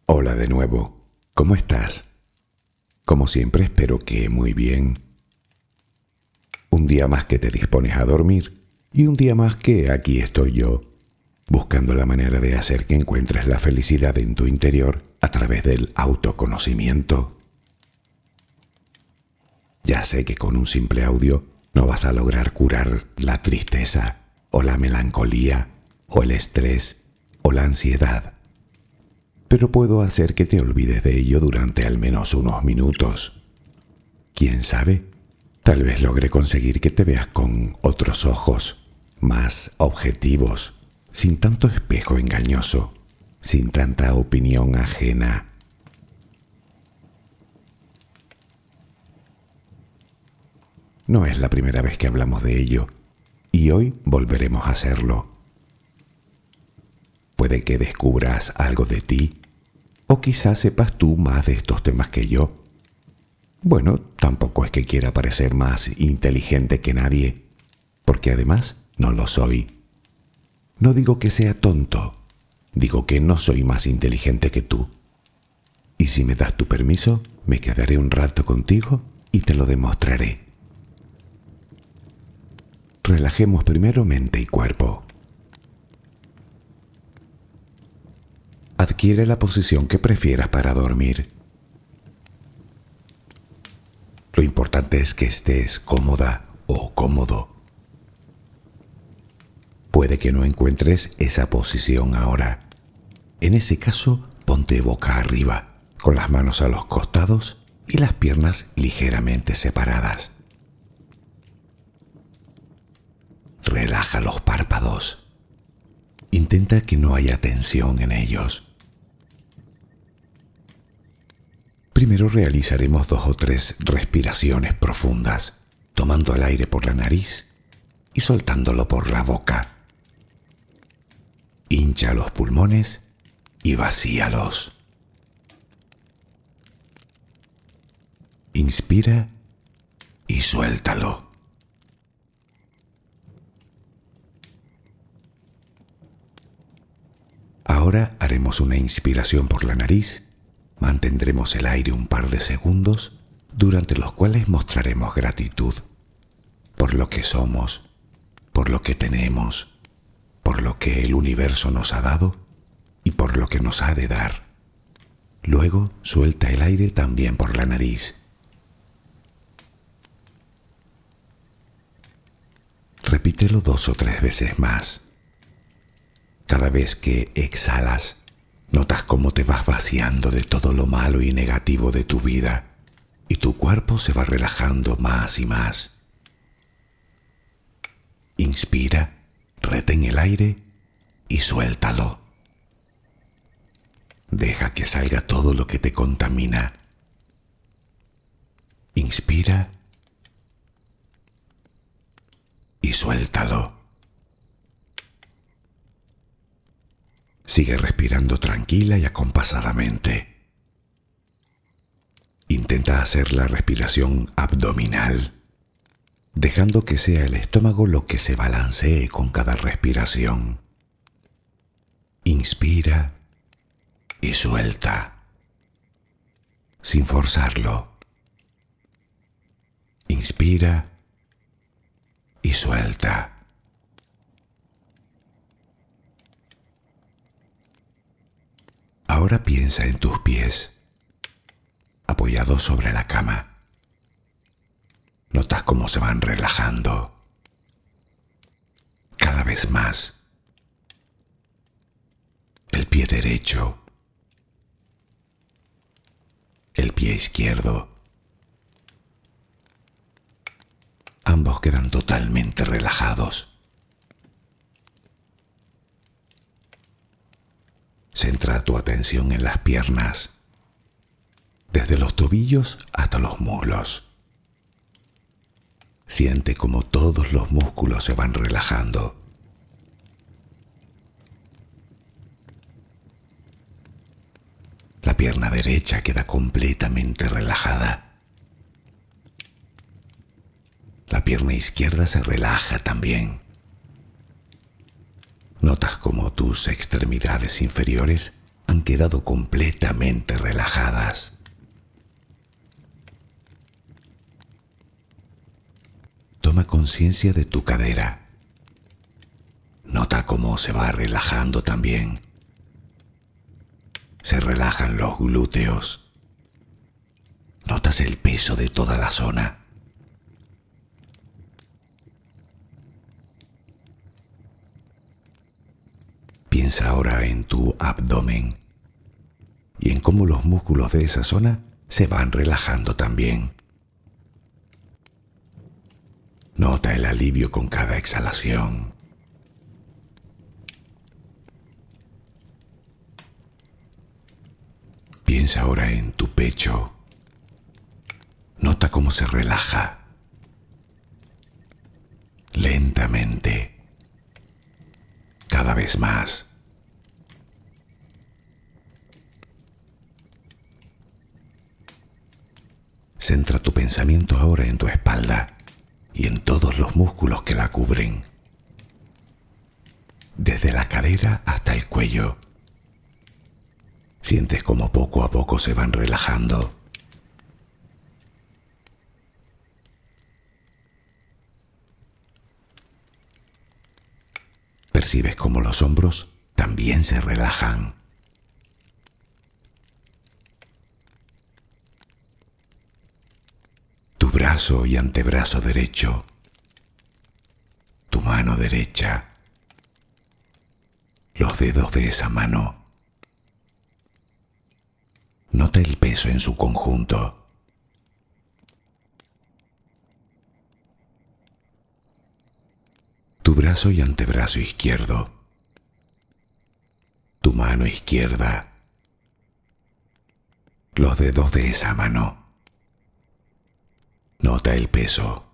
Hola de nuevo, ¿cómo estás? Como siempre espero que muy bien. Un día más que te dispones a dormir y un día más que aquí estoy yo, buscando la manera de hacer que encuentres la felicidad en tu interior a través del autoconocimiento. Ya sé que con un simple audio no vas a lograr curar la tristeza o la melancolía o el estrés o la ansiedad, pero puedo hacer que te olvides de ello durante al menos unos minutos. ¿Quién sabe? Tal vez logre conseguir que te veas con otros ojos, más objetivos, sin tanto espejo engañoso, sin tanta opinión ajena. No es la primera vez que hablamos de ello, y hoy volveremos a hacerlo. Puede que descubras algo de ti, o quizás sepas tú más de estos temas que yo. Bueno, tampoco es que quiera parecer más inteligente que nadie, porque además no lo soy. No digo que sea tonto, digo que no soy más inteligente que tú. Y si me das tu permiso, me quedaré un rato contigo y te lo demostraré. Relajemos primero mente y cuerpo. Adquiere la posición que prefieras para dormir. Lo importante es que estés cómoda o cómodo. Puede que no encuentres esa posición ahora. En ese caso, ponte boca arriba, con las manos a los costados y las piernas ligeramente separadas. Relaja los párpados. Intenta que no haya tensión en ellos. Primero realizaremos 2 o 3 respiraciones profundas, tomando el aire por la nariz y soltándolo por la boca. Hincha los pulmones y vacíalos. Inspira y suéltalo. Ahora haremos una inspiración por la nariz. Mantendremos el aire un par de segundos, durante los cuales mostraremos gratitud por lo que somos, por lo que tenemos, por lo que el universo nos ha dado y por lo que nos ha de dar. Luego suelta el aire también por la nariz. Repítelo 2 o 3 veces más. Cada vez que exhalas, notas cómo te vas vaciando de todo lo malo y negativo de tu vida y tu cuerpo se va relajando más y más. Inspira, retén el aire y suéltalo. Deja que salga todo lo que te contamina. Inspira y suéltalo. Sigue respirando tranquila y acompasadamente. Intenta hacer la respiración abdominal, dejando que sea el estómago lo que se balancee con cada respiración. Inspira y suelta, sin forzarlo. Inspira y suelta. Ahora piensa en tus pies, apoyados sobre la cama. Notas cómo se van relajando cada vez más. El pie derecho, el pie izquierdo. Ambos quedan totalmente relajados. Centra tu atención en las piernas, desde los tobillos hasta los muslos. Siente cómo todos los músculos se van relajando. La pierna derecha queda completamente relajada. La pierna izquierda se relaja también. Notas cómo tus extremidades inferiores han quedado completamente relajadas. Toma conciencia de tu cadera. Nota cómo se va relajando también. Se relajan los glúteos. Notas el peso de toda la zona. Piensa ahora en tu abdomen y en cómo los músculos de esa zona se van relajando también. Nota el alivio con cada exhalación. Piensa ahora en tu pecho. Nota cómo se relaja. Lentamente. Cada vez más. Centra tu pensamiento ahora en tu espalda y en todos los músculos que la cubren. Desde la cadera hasta el cuello. Sientes cómo poco a poco se van relajando. Percibes cómo los hombros también se relajan. Tu brazo y antebrazo derecho. Tu mano derecha. Los dedos de esa mano. Nota el peso en su conjunto. Tu brazo y antebrazo izquierdo. Tu mano izquierda. Los dedos de esa mano. Nota el peso.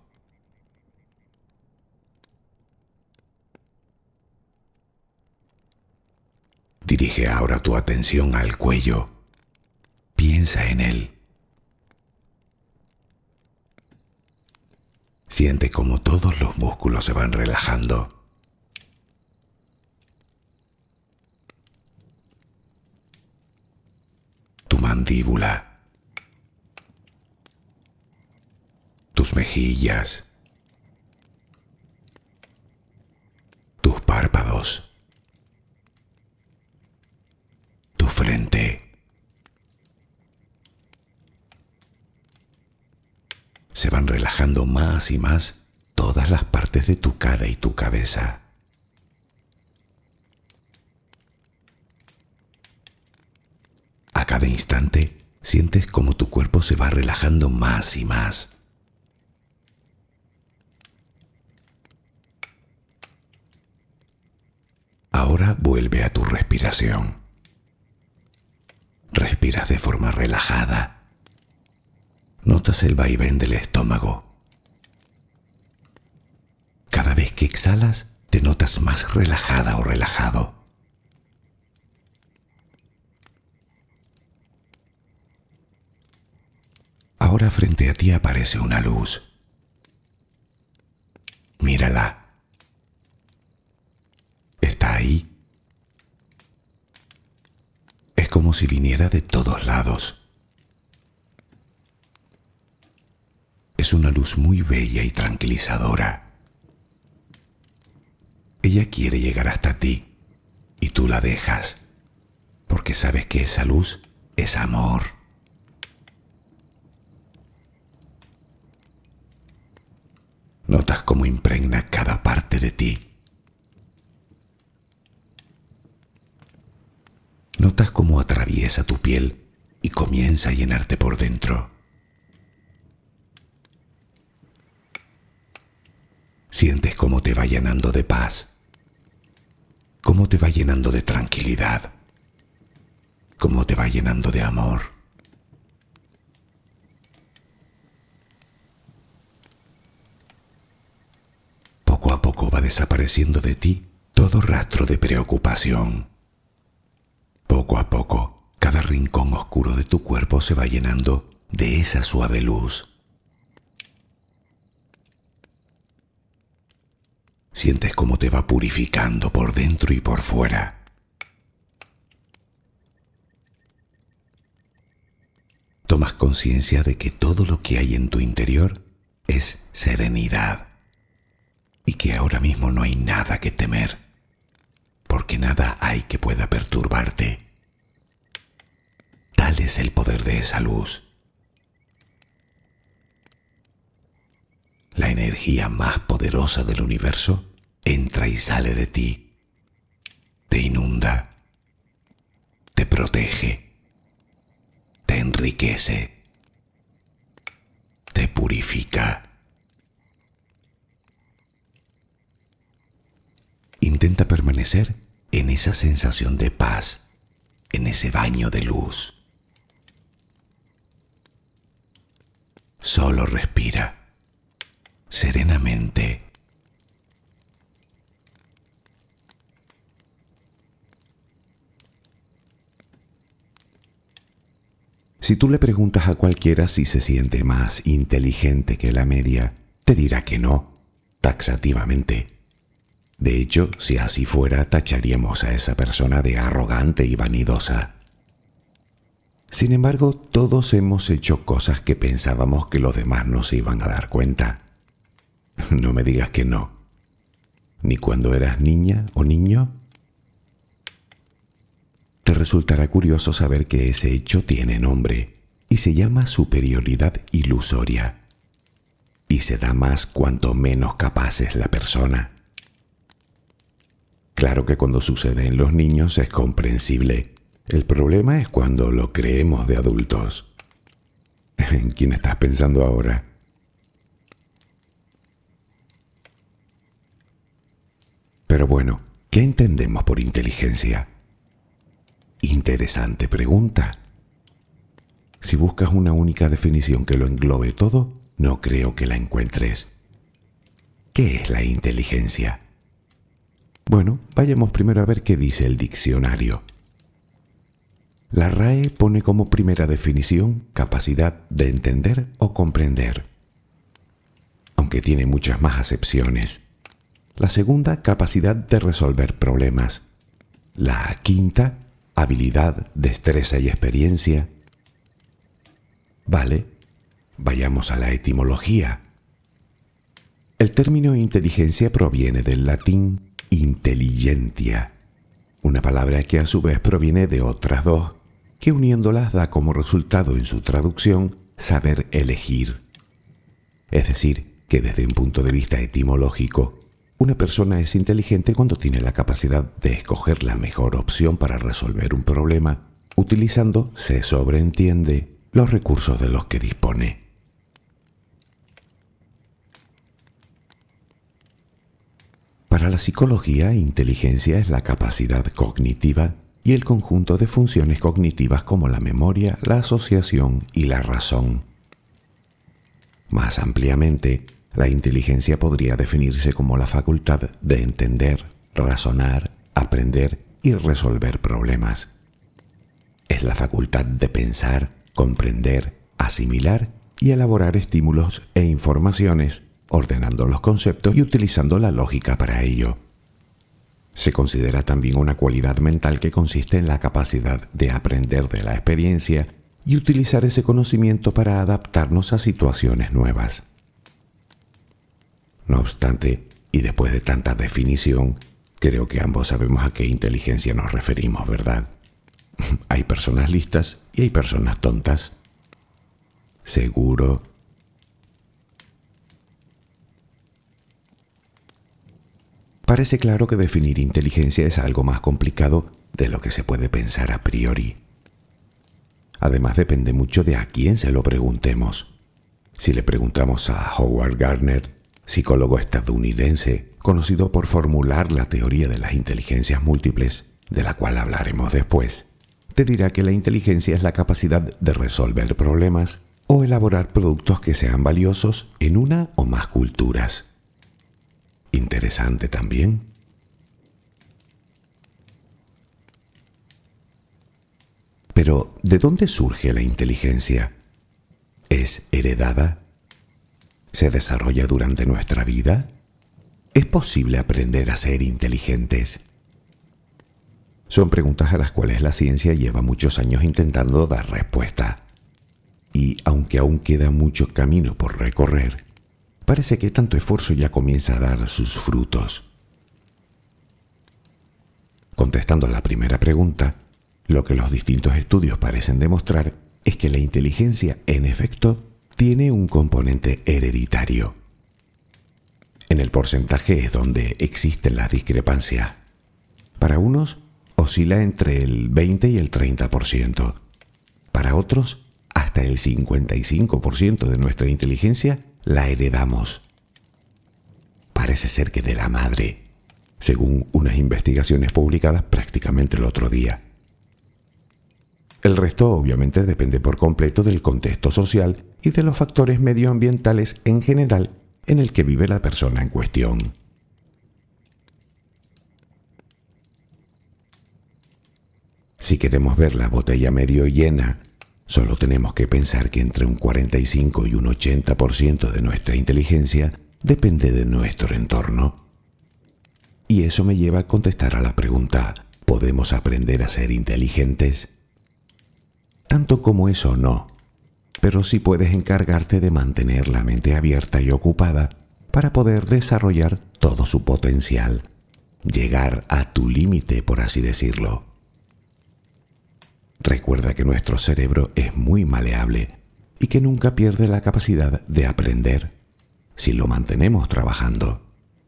Dirige ahora tu atención al cuello. Piensa en él. Siente cómo todos los músculos se van relajando. Tu mandíbula. Tus mejillas. Tus párpados. Tu frente. Se van relajando más y más todas las partes de tu cara y tu cabeza. A cada instante sientes cómo tu cuerpo se va relajando más y más. Ahora vuelve a tu respiración. Respiras de forma relajada. Notas el vaivén del estómago. Cada vez que exhalas, te notas más relajada o relajado. Ahora frente a ti aparece una luz. Mírala. Está ahí. Es como si viniera de todos lados. Es una luz muy bella y tranquilizadora. Ella quiere llegar hasta ti y tú la dejas, porque sabes que esa luz es amor. Notas cómo impregna cada parte de ti. Notas cómo atraviesa tu piel y comienza a llenarte por dentro. Sientes cómo te va llenando de paz, cómo te va llenando de tranquilidad, cómo te va llenando de amor. Poco a poco va desapareciendo de ti todo rastro de preocupación. Poco a poco, cada rincón oscuro de tu cuerpo se va llenando de esa suave luz. Sientes cómo te va purificando por dentro y por fuera. tomas conciencia de que todo lo que hay en tu interior es serenidad y que ahora mismo no hay nada que temer, porque nada hay que pueda perturbarte. Tal es el poder de esa luz. La energía más poderosa del universo entra y sale de ti, te inunda, te protege, te enriquece, te purifica. Intenta permanecer en esa sensación de paz, en ese baño de luz. Solo respira serenamente. Si tú le preguntas a cualquiera si se siente más inteligente que la media, te dirá que no, taxativamente. De hecho, si así fuera, tacharíamos a esa persona de arrogante y vanidosa. Sin embargo, todos hemos hecho cosas que pensábamos que los demás no se iban a dar cuenta. No me digas que no. ¿Ni cuando eras niña o niño? Te resultará curioso saber que ese hecho tiene nombre y se llama superioridad ilusoria. Y se da más cuanto menos capaz es la persona. Claro que cuando sucede en los niños es comprensible. El problema es cuando lo creemos de adultos. ¿En quién estás pensando ahora? Pero bueno, ¿qué entendemos por inteligencia? Interesante pregunta. Si buscas una única definición que lo englobe todo, no creo que la encuentres. ¿Qué es la inteligencia? Bueno, vayamos primero a ver qué dice el diccionario. La RAE pone como primera definición capacidad de entender o comprender, aunque tiene muchas más acepciones. La segunda, capacidad de resolver problemas. La quinta, habilidad, destreza y experiencia. Vale, vayamos a la etimología. El término inteligencia proviene del latín intelligentia, una palabra que a su vez proviene de otras dos, que uniéndolas da como resultado en su traducción saber elegir. Es decir, que desde un punto de vista etimológico, una persona es inteligente cuando tiene la capacidad de escoger la mejor opción para resolver un problema, utilizando, se sobreentiende, los recursos de los que dispone. Para la psicología, inteligencia es la capacidad cognitiva y el conjunto de funciones cognitivas como la memoria, la asociación y la razón. Más ampliamente, la inteligencia podría definirse como la facultad de entender, razonar, aprender y resolver problemas. Es la facultad de pensar, comprender, asimilar y elaborar estímulos e informaciones, ordenando los conceptos y utilizando la lógica para ello. Se considera también una cualidad mental que consiste en la capacidad de aprender de la experiencia y utilizar ese conocimiento para adaptarnos a situaciones nuevas. No obstante, y después de tanta definición, creo que ambos sabemos a qué inteligencia nos referimos, ¿verdad? Hay personas listas y hay personas tontas. ¿Seguro? Parece claro que definir inteligencia es algo más complicado de lo que se puede pensar a priori. Además, depende mucho de a quién se lo preguntemos. Si le preguntamos a Howard Gardner, psicólogo estadounidense, conocido por formular la teoría de las inteligencias múltiples, de la cual hablaremos después, te dirá que la inteligencia es la capacidad de resolver problemas o elaborar productos que sean valiosos en una o más culturas. Interesante también. Pero, ¿de dónde surge la inteligencia? ¿Es heredada? ¿Se desarrolla durante nuestra vida? ¿Es posible aprender a ser inteligentes? Son preguntas a las cuales la ciencia lleva muchos años intentando dar respuesta. Y aunque aún queda mucho camino por recorrer, parece que tanto esfuerzo ya comienza a dar sus frutos. Contestando a la primera pregunta, lo que los distintos estudios parecen demostrar es que la inteligencia, en efecto, tiene un componente hereditario. En el porcentaje es donde existen las discrepancias. Para unos, oscila entre el 20 y el 30%. Para otros, hasta el 55% de nuestra inteligencia la heredamos. Parece ser que de la madre, según unas investigaciones publicadas prácticamente el otro día. El resto obviamente depende por completo del contexto social y de los factores medioambientales en general en el que vive la persona en cuestión. Si queremos ver la botella medio llena, solo tenemos que pensar que entre un 45 y un 80% de nuestra inteligencia depende de nuestro entorno. Y eso me lleva a contestar a la pregunta, ¿podemos aprender a ser inteligentes? Tanto como eso no, pero sí puedes encargarte de mantener la mente abierta y ocupada para poder desarrollar todo su potencial, llegar a tu límite, por así decirlo. Recuerda que nuestro cerebro es muy maleable y que nunca pierde la capacidad de aprender si lo mantenemos trabajando.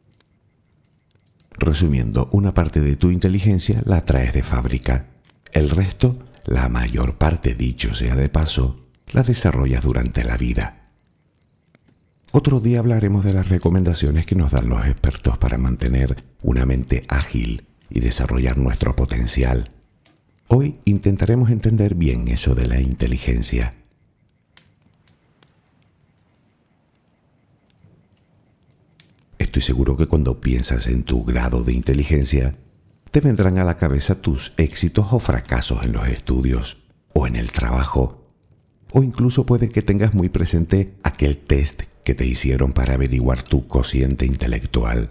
Resumiendo, una parte de tu inteligencia la traes de fábrica, el resto, la mayor parte, dicho sea de paso, la desarrollas durante la vida. Otro día hablaremos de las recomendaciones que nos dan los expertos para mantener una mente ágil y desarrollar nuestro potencial. Hoy intentaremos entender bien eso de la inteligencia. Estoy seguro que cuando piensas en tu grado de inteligencia, te vendrán a la cabeza tus éxitos o fracasos en los estudios o en el trabajo, o incluso puede que tengas muy presente aquel test que te hicieron para averiguar tu cociente intelectual.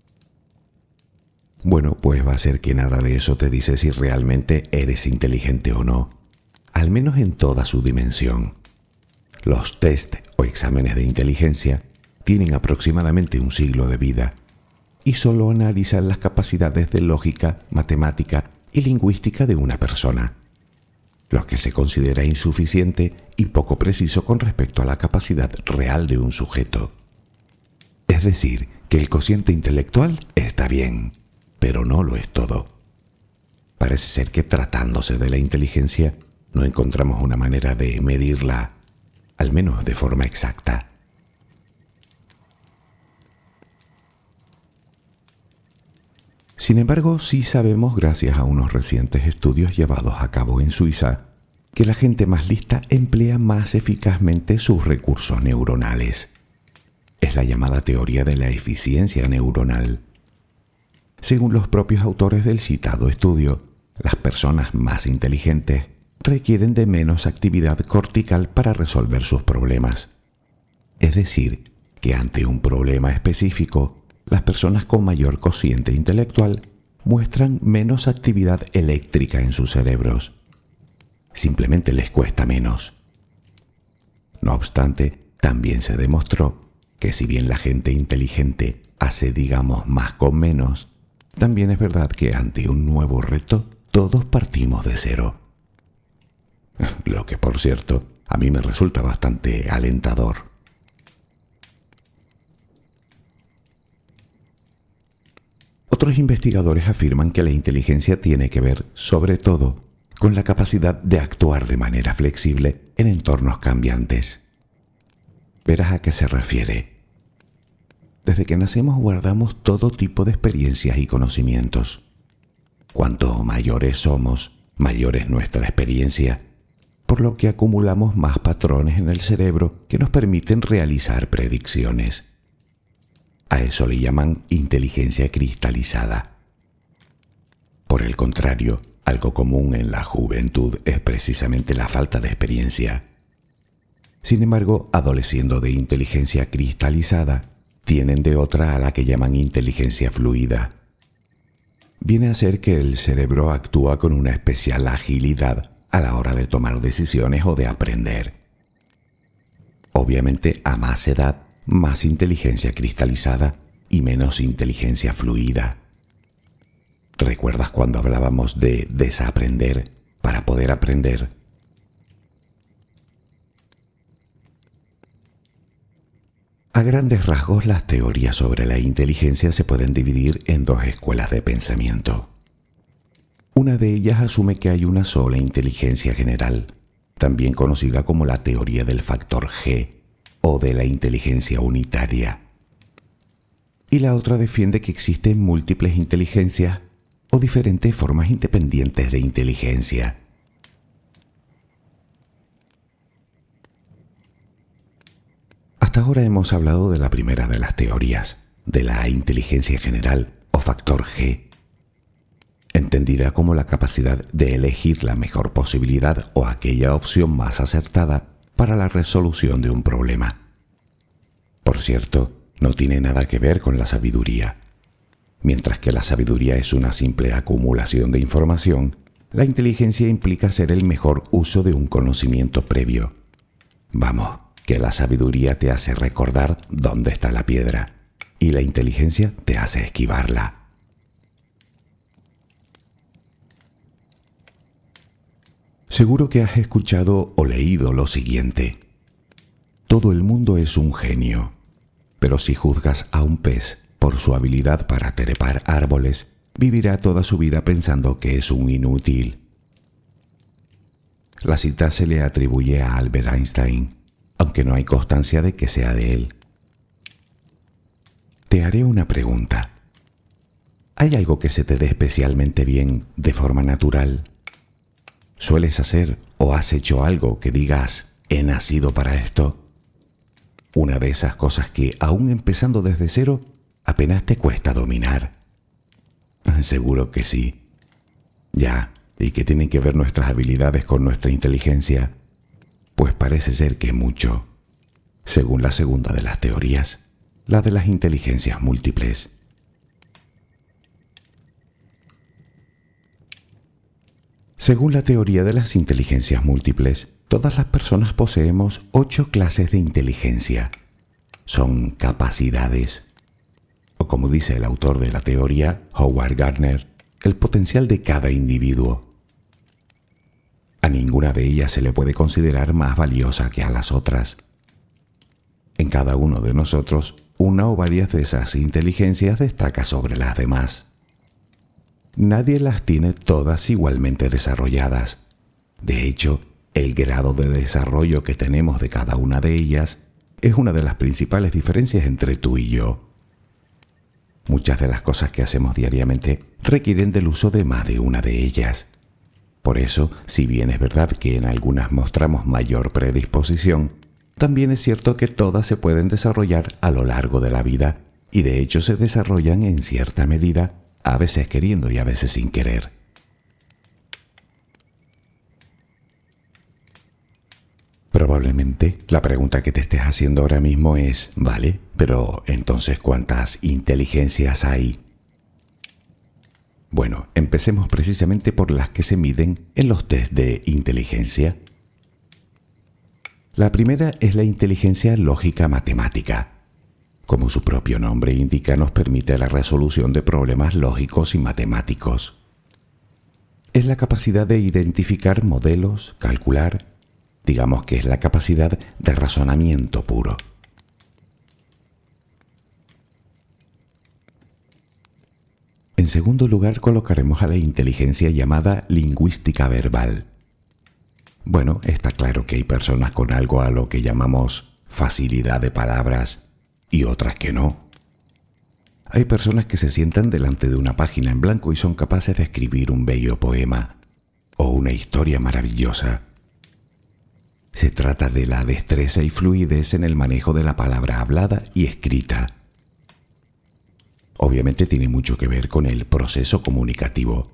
Bueno, pues va a ser que nada de eso te dice si realmente eres inteligente o no, al menos en toda su dimensión. Los test o exámenes de inteligencia tienen aproximadamente un siglo de vida y solo analizan las capacidades de lógica, matemática y lingüística de una persona, lo que se considera insuficiente y poco preciso con respecto a la capacidad real de un sujeto. Es decir, que el cociente intelectual está bien, pero no lo es todo. Parece ser que tratándose de la inteligencia no encontramos una manera de medirla, al menos de forma exacta. Sin embargo, sí sabemos, gracias a unos recientes estudios llevados a cabo en Suiza, que la gente más lista emplea más eficazmente sus recursos neuronales. Es la llamada teoría de la eficiencia neuronal. Según los propios autores del citado estudio, las personas más inteligentes requieren de menos actividad cortical para resolver sus problemas. Es decir, que ante un problema específico, las personas con mayor cociente intelectual muestran menos actividad eléctrica en sus cerebros. Simplemente les cuesta menos. No obstante, también se demostró que si bien la gente inteligente hace, digamos, más con menos, también es verdad que ante un nuevo reto, todos partimos de cero. Lo que, por cierto, a mí me resulta bastante alentador. Otros investigadores afirman que la inteligencia tiene que ver, sobre todo, con la capacidad de actuar de manera flexible en entornos cambiantes. Verás a qué se refiere. Desde que nacemos guardamos todo tipo de experiencias y conocimientos. Cuanto mayores somos, mayor es nuestra experiencia, por lo que acumulamos más patrones en el cerebro que nos permiten realizar predicciones. A eso le llaman inteligencia cristalizada. Por el contrario, algo común en la juventud es precisamente la falta de experiencia. Sin embargo, adoleciendo de inteligencia cristalizada, tienen de otra a la que llaman inteligencia fluida. Viene a ser que el cerebro actúa con una especial agilidad a la hora de tomar decisiones o de aprender. Obviamente, a más edad, más inteligencia cristalizada y menos inteligencia fluida. ¿Recuerdas cuando hablábamos de desaprender para poder aprender? A grandes rasgos, las teorías sobre la inteligencia se pueden dividir en dos escuelas de pensamiento. Una de ellas asume que hay una sola inteligencia general, también conocida como la teoría del factor G o de la inteligencia unitaria. Y la otra defiende que existen múltiples inteligencias o diferentes formas independientes de inteligencia. Hasta ahora hemos hablado de la primera de las teorías, de la inteligencia general o factor G, entendida como la capacidad de elegir la mejor posibilidad o aquella opción más acertada para la resolución de un problema. Por cierto, no tiene nada que ver con la sabiduría. Mientras que la sabiduría es una simple acumulación de información, la inteligencia implica hacer el mejor uso de un conocimiento previo. Vamos, que la sabiduría te hace recordar dónde está la piedra y la inteligencia te hace esquivarla. Seguro que has escuchado o leído lo siguiente: todo el mundo es un genio, pero si juzgas a un pez por su habilidad para trepar árboles, vivirá toda su vida pensando que es un inútil. La cita se le atribuye a Albert Einstein, aunque no hay constancia de que sea de él. Te haré una pregunta. ¿Hay algo que se te dé especialmente bien de forma natural? ¿Sueles hacer o has hecho algo que digas, he nacido para esto? Una de esas cosas que, aún empezando desde cero, apenas te cuesta dominar. Seguro que sí. Ya, ¿y qué tienen que ver nuestras habilidades con nuestra inteligencia? Pues parece ser que mucho. Según la segunda de las teorías, la de las inteligencias múltiples. Según la teoría de las inteligencias múltiples, todas las personas poseemos 8 clases de inteligencia. Son capacidades, o como dice el autor de la teoría, Howard Gardner, el potencial de cada individuo. A ninguna de ellas se le puede considerar más valiosa que a las otras. En cada uno de nosotros, una o varias de esas inteligencias destaca sobre las demás. Nadie las tiene todas igualmente desarrolladas. De hecho, el grado de desarrollo que tenemos de cada una de ellas es una de las principales diferencias entre tú y yo. Muchas de las cosas que hacemos diariamente requieren del uso de más de una de ellas. Por eso, si bien es verdad que en algunas mostramos mayor predisposición, también es cierto que todas se pueden desarrollar a lo largo de la vida y de hecho se desarrollan en cierta medida, a veces queriendo y a veces sin querer. Probablemente la pregunta que te estés haciendo ahora mismo es, vale, pero entonces ¿cuántas inteligencias hay? Bueno, empecemos precisamente por las que se miden en los test de inteligencia. La primera es la inteligencia lógica matemática. Como su propio nombre indica, nos permite la resolución de problemas lógicos y matemáticos. Es la capacidad de identificar modelos, calcular, digamos que es la capacidad de razonamiento puro. En segundo lugar, colocaremos a la inteligencia llamada lingüística verbal. Bueno, está claro que hay personas con algo a lo que llamamos facilidad de palabras y otras que no. Hay personas que se sientan delante de una página en blanco y son capaces de escribir un bello poema o una historia maravillosa. Se trata de la destreza y fluidez en el manejo de la palabra hablada y escrita. Obviamente tiene mucho que ver con el proceso comunicativo.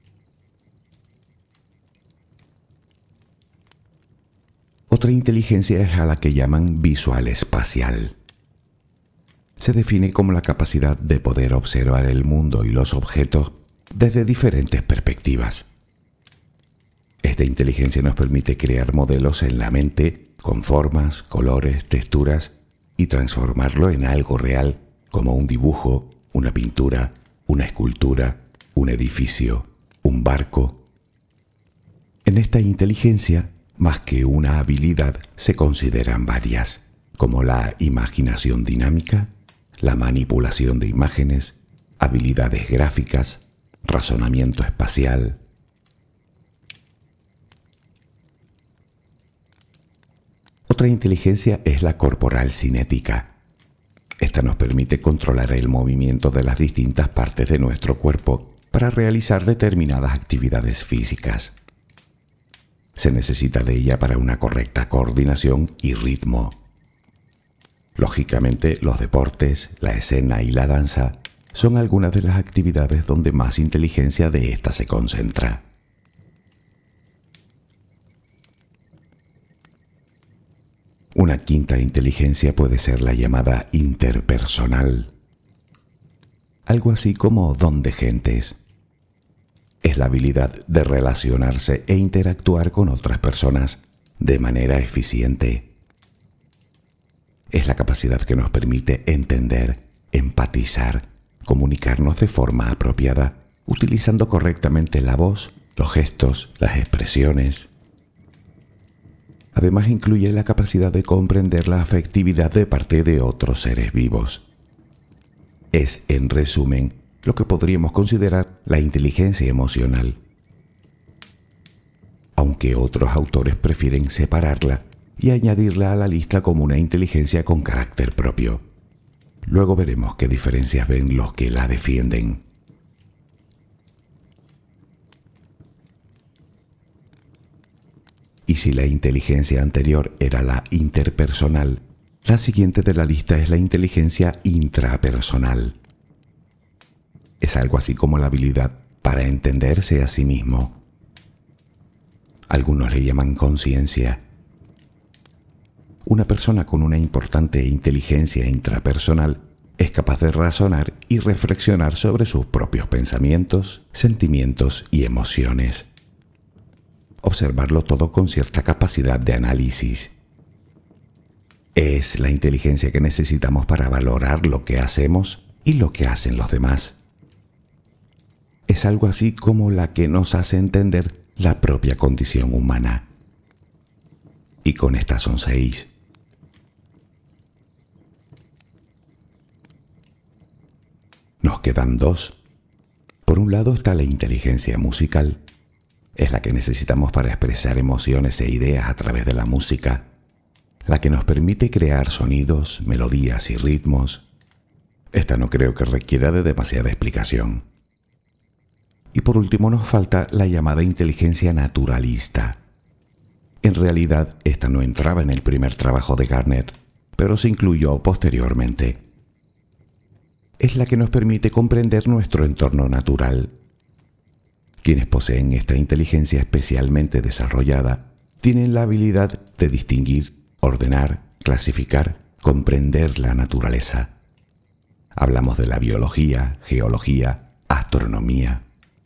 Otra inteligencia es a la que llaman visual espacial. Se define como la capacidad de poder observar el mundo y los objetos desde diferentes perspectivas. Esta inteligencia nos permite crear modelos en la mente con formas, colores, texturas, y transformarlo en algo real, como un dibujo, una pintura, una escultura, un edificio, un barco. En esta inteligencia, más que una habilidad, se consideran varias, como la imaginación dinámica, la manipulación de imágenes, habilidades gráficas, razonamiento espacial. Otra inteligencia es la corporal cinética. Esta nos permite controlar el movimiento de las distintas partes de nuestro cuerpo para realizar determinadas actividades físicas. Se necesita de ella para una correcta coordinación y ritmo. Lógicamente, los deportes, la escena y la danza son algunas de las actividades donde más inteligencia de esta se concentra. Una quinta inteligencia puede ser la llamada interpersonal, algo así como don de gentes. Es la habilidad de relacionarse e interactuar con otras personas de manera eficiente. Es la capacidad que nos permite entender, empatizar, comunicarnos de forma apropiada, utilizando correctamente la voz, los gestos, las expresiones. Además, incluye la capacidad de comprender la afectividad de parte de otros seres vivos. Es, en resumen, lo que podríamos considerar la inteligencia emocional. Aunque otros autores prefieren separarla y añadirla a la lista como una inteligencia con carácter propio. Luego veremos qué diferencias ven los que la defienden. Y si la inteligencia anterior era la interpersonal, la siguiente de la lista es la inteligencia intrapersonal. Es algo así como la habilidad para entenderse a sí mismo. Algunos le llaman conciencia. Una persona con una importante inteligencia intrapersonal es capaz de razonar y reflexionar sobre sus propios pensamientos, sentimientos y emociones. Observarlo todo con cierta capacidad de análisis. Es la inteligencia que necesitamos para valorar lo que hacemos y lo que hacen los demás. Es algo así como la que nos hace entender la propia condición humana. Y con estas son 6. Nos quedan 2. Por un lado está la inteligencia musical. Es la que necesitamos para expresar emociones e ideas a través de la música, la que nos permite crear sonidos, melodías y ritmos. Esta no creo que requiera de demasiada explicación. Y por último nos falta la llamada inteligencia naturalista. En realidad, esta no entraba en el primer trabajo de Gardner, pero se incluyó posteriormente. Es la que nos permite comprender nuestro entorno natural. Quienes poseen esta inteligencia especialmente desarrollada tienen la habilidad de distinguir, ordenar, clasificar, comprender la naturaleza. Hablamos de la biología, geología, astronomía.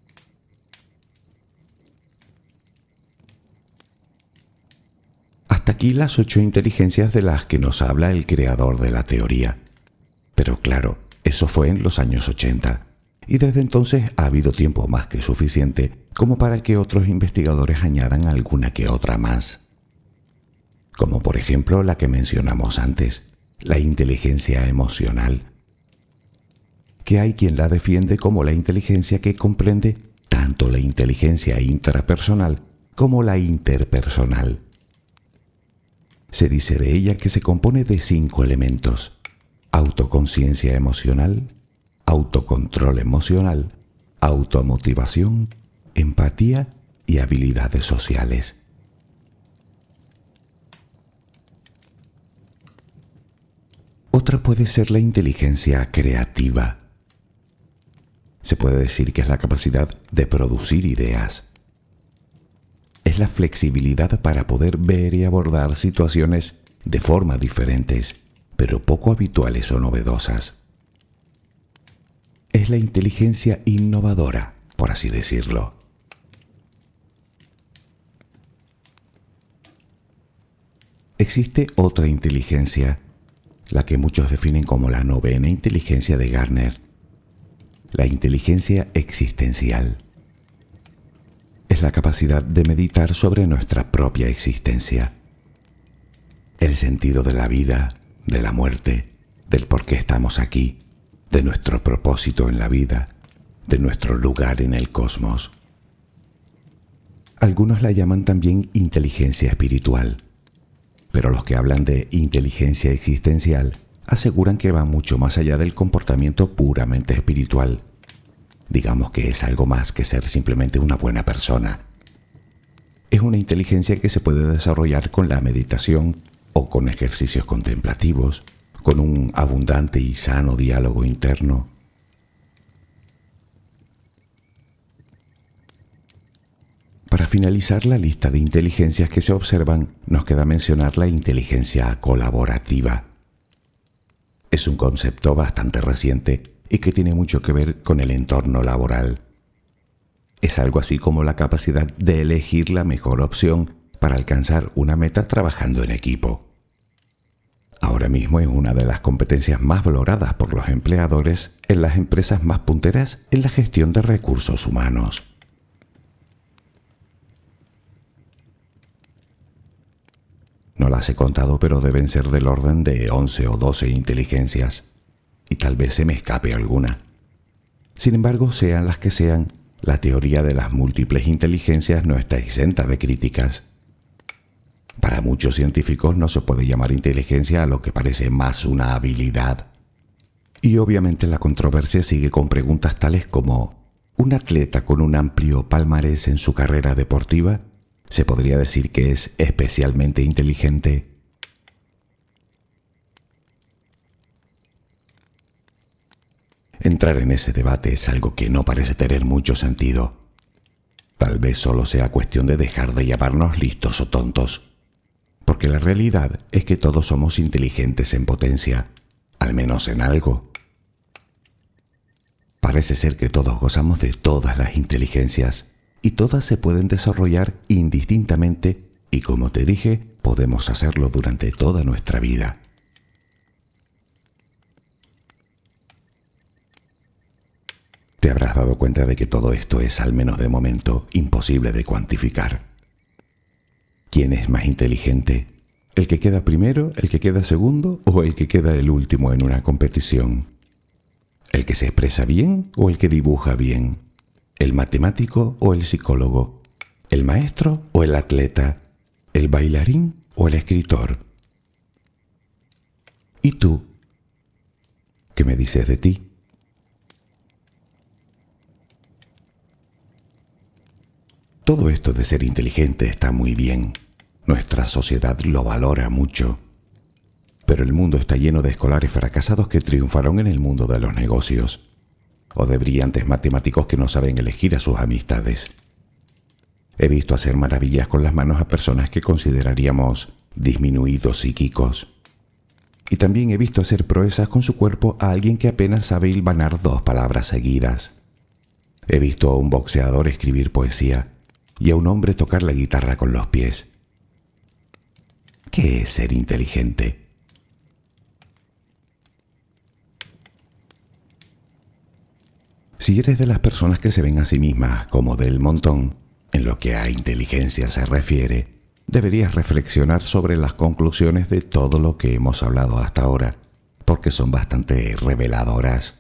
Hasta aquí las 8 inteligencias de las que nos habla el creador de la teoría. Pero claro, eso fue en los años 80. Y desde entonces ha habido tiempo más que suficiente como para que otros investigadores añadan alguna que otra más. Como por ejemplo la que mencionamos antes, la inteligencia emocional, que hay quien la defiende como la inteligencia que comprende tanto la inteligencia intrapersonal como la interpersonal. Se dice de ella que se compone de 5 elementos: autoconciencia emocional, autocontrol emocional, automotivación, empatía y habilidades sociales. Otra puede ser la inteligencia creativa. Se puede decir que es la capacidad de producir ideas. Es la flexibilidad para poder ver y abordar situaciones de forma diferentes, pero poco habituales o novedosas. Es la inteligencia innovadora, por así decirlo. existe otra inteligencia, la que muchos definen como la novena inteligencia de Gardner, la inteligencia existencial. Es la capacidad de meditar sobre nuestra propia existencia, el sentido de la vida, de la muerte, del por qué estamos aquí, de nuestro propósito en la vida, de nuestro lugar en el cosmos. Algunos la llaman también inteligencia espiritual, pero los que hablan de inteligencia existencial aseguran que va mucho más allá del comportamiento puramente espiritual. Digamos que es algo más que ser simplemente una buena persona. Es una inteligencia que se puede desarrollar con la meditación o con ejercicios contemplativos, con un abundante y sano diálogo interno. Para finalizar la lista de inteligencias que se observan, nos queda mencionar la inteligencia colaborativa. Es un concepto bastante reciente y que tiene mucho que ver con el entorno laboral. Es algo así como la capacidad de elegir la mejor opción para alcanzar una meta trabajando en equipo. Ahora mismo es una de las competencias más valoradas por los empleadores en las empresas más punteras en la gestión de recursos humanos. No las he contado, pero deben ser del orden de 11 o 12 inteligencias, y tal vez se me escape alguna. Sin embargo, sean las que sean, la teoría de las múltiples inteligencias no está exenta de críticas. Para muchos científicos no se puede llamar inteligencia a lo que parece más una habilidad. Y obviamente la controversia sigue con preguntas tales como: ¿un atleta con un amplio palmarés en su carrera deportiva se podría decir que es especialmente inteligente? Entrar en ese debate es algo que no parece tener mucho sentido. Tal vez solo sea cuestión de dejar de llamarnos listos o tontos, porque la realidad es que todos somos inteligentes en potencia, al menos en algo. Parece ser que todos gozamos de todas las inteligencias y todas se pueden desarrollar indistintamente y, como te dije, podemos hacerlo durante toda nuestra vida. Te habrás dado cuenta de que todo esto es, al menos de momento, imposible de cuantificar. ¿Quién es más inteligente? ¿El que queda primero, el que queda segundo o el que queda el último en una competición? ¿El que se expresa bien o el que dibuja bien? ¿El matemático o el psicólogo? ¿El maestro o el atleta? ¿El bailarín o el escritor? ¿Y tú? ¿Qué me dices de ti? Todo esto de ser inteligente está muy bien. Nuestra sociedad lo valora mucho. Pero el mundo está lleno de escolares fracasados que triunfaron en el mundo de los negocios, o de brillantes matemáticos que no saben elegir a sus amistades. He visto hacer maravillas con las manos a personas que consideraríamos disminuidos psíquicos. Y también he visto hacer proezas con su cuerpo a alguien que apenas sabe hilvanar 2 palabras seguidas. He visto a un boxeador escribir poesía y a un hombre tocar la guitarra con los pies. ¿Qué es ser inteligente? Si eres de las personas que se ven a sí mismas como del montón, en lo que a inteligencia se refiere, deberías reflexionar sobre las conclusiones de todo lo que hemos hablado hasta ahora, porque son bastante reveladoras.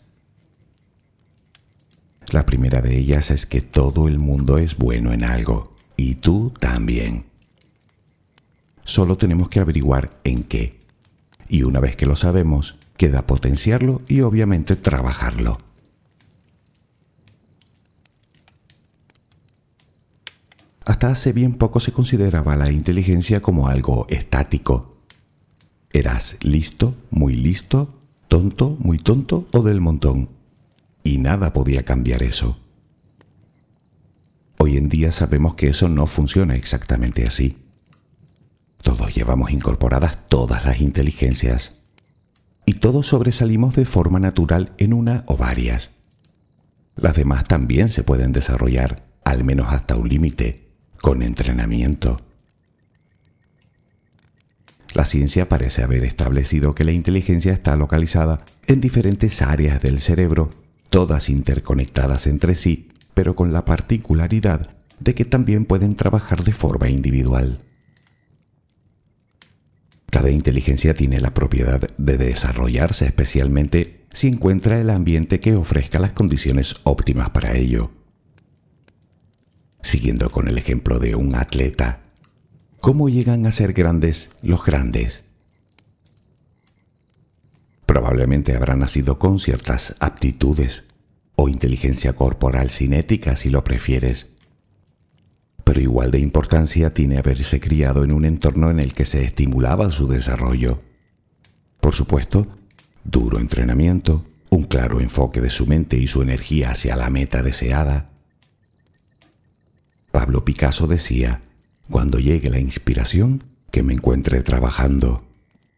La primera de ellas es que todo el mundo es bueno en algo, y tú también. Solo tenemos que averiguar en qué, y una vez que lo sabemos, queda potenciarlo y obviamente trabajarlo. Hasta hace bien poco se consideraba la inteligencia como algo estático. Eras listo, muy listo, tonto, muy tonto o del montón. Y nada podía cambiar eso. Hoy en día sabemos que eso no funciona exactamente así. Todos llevamos incorporadas todas las inteligencias. Y todos sobresalimos de forma natural en una o varias. Las demás también se pueden desarrollar, al menos hasta un límite, con entrenamiento. La ciencia parece haber establecido que la inteligencia está localizada en diferentes áreas del cerebro, todas interconectadas entre sí, pero con la particularidad de que también pueden trabajar de forma individual. Cada inteligencia tiene la propiedad de desarrollarse especialmente si encuentra el ambiente que ofrezca las condiciones óptimas para ello. Siguiendo con el ejemplo de un atleta, ¿cómo llegan a ser grandes los grandes? Probablemente habrán nacido con ciertas aptitudes o inteligencia corporal cinética si lo prefieres. Pero igual de importancia tiene haberse criado en un entorno en el que se estimulaba su desarrollo. Por supuesto, duro entrenamiento, un claro enfoque de su mente y su energía hacia la meta deseada. Pablo Picasso decía: cuando llegue la inspiración, que me encuentre trabajando.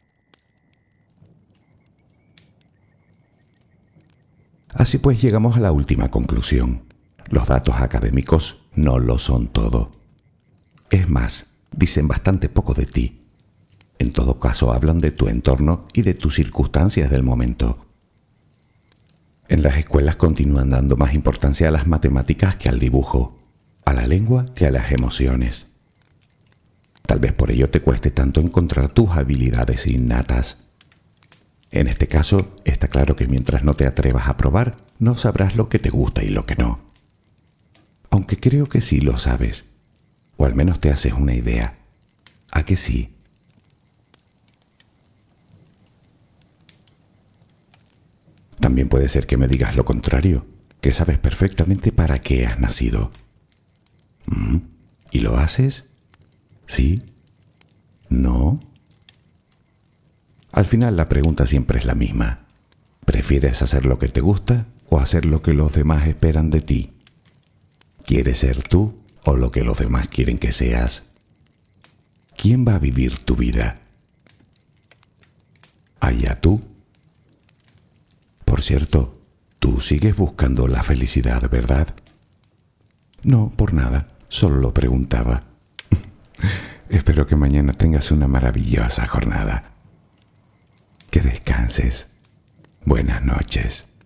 Así pues, llegamos a la última conclusión. Los datos académicos no lo son todo. Es más, dicen bastante poco de ti. En todo caso, hablan de tu entorno y de tus circunstancias del momento. En las escuelas continúan dando más importancia a las matemáticas que al dibujo, a la lengua que a las emociones. Tal vez por ello te cueste tanto encontrar tus habilidades innatas. En este caso, está claro que mientras no te atrevas a probar, no sabrás lo que te gusta y lo que no. Aunque creo que sí lo sabes, o al menos te haces una idea. ¿A que sí? También puede ser que me digas lo contrario, que sabes perfectamente para qué has nacido. ¿Y lo haces? ¿Sí? ¿No? Al final la pregunta siempre es la misma. ¿Prefieres hacer lo que te gusta o hacer lo que los demás esperan de ti? ¿Quieres ser tú o lo que los demás quieren que seas? ¿Quién va a vivir tu vida? ¿Allá tú? Por cierto, tú sigues buscando la felicidad, ¿verdad? No, por nada, solo lo preguntaba. Espero que mañana tengas una maravillosa jornada. Que descanses. Buenas noches.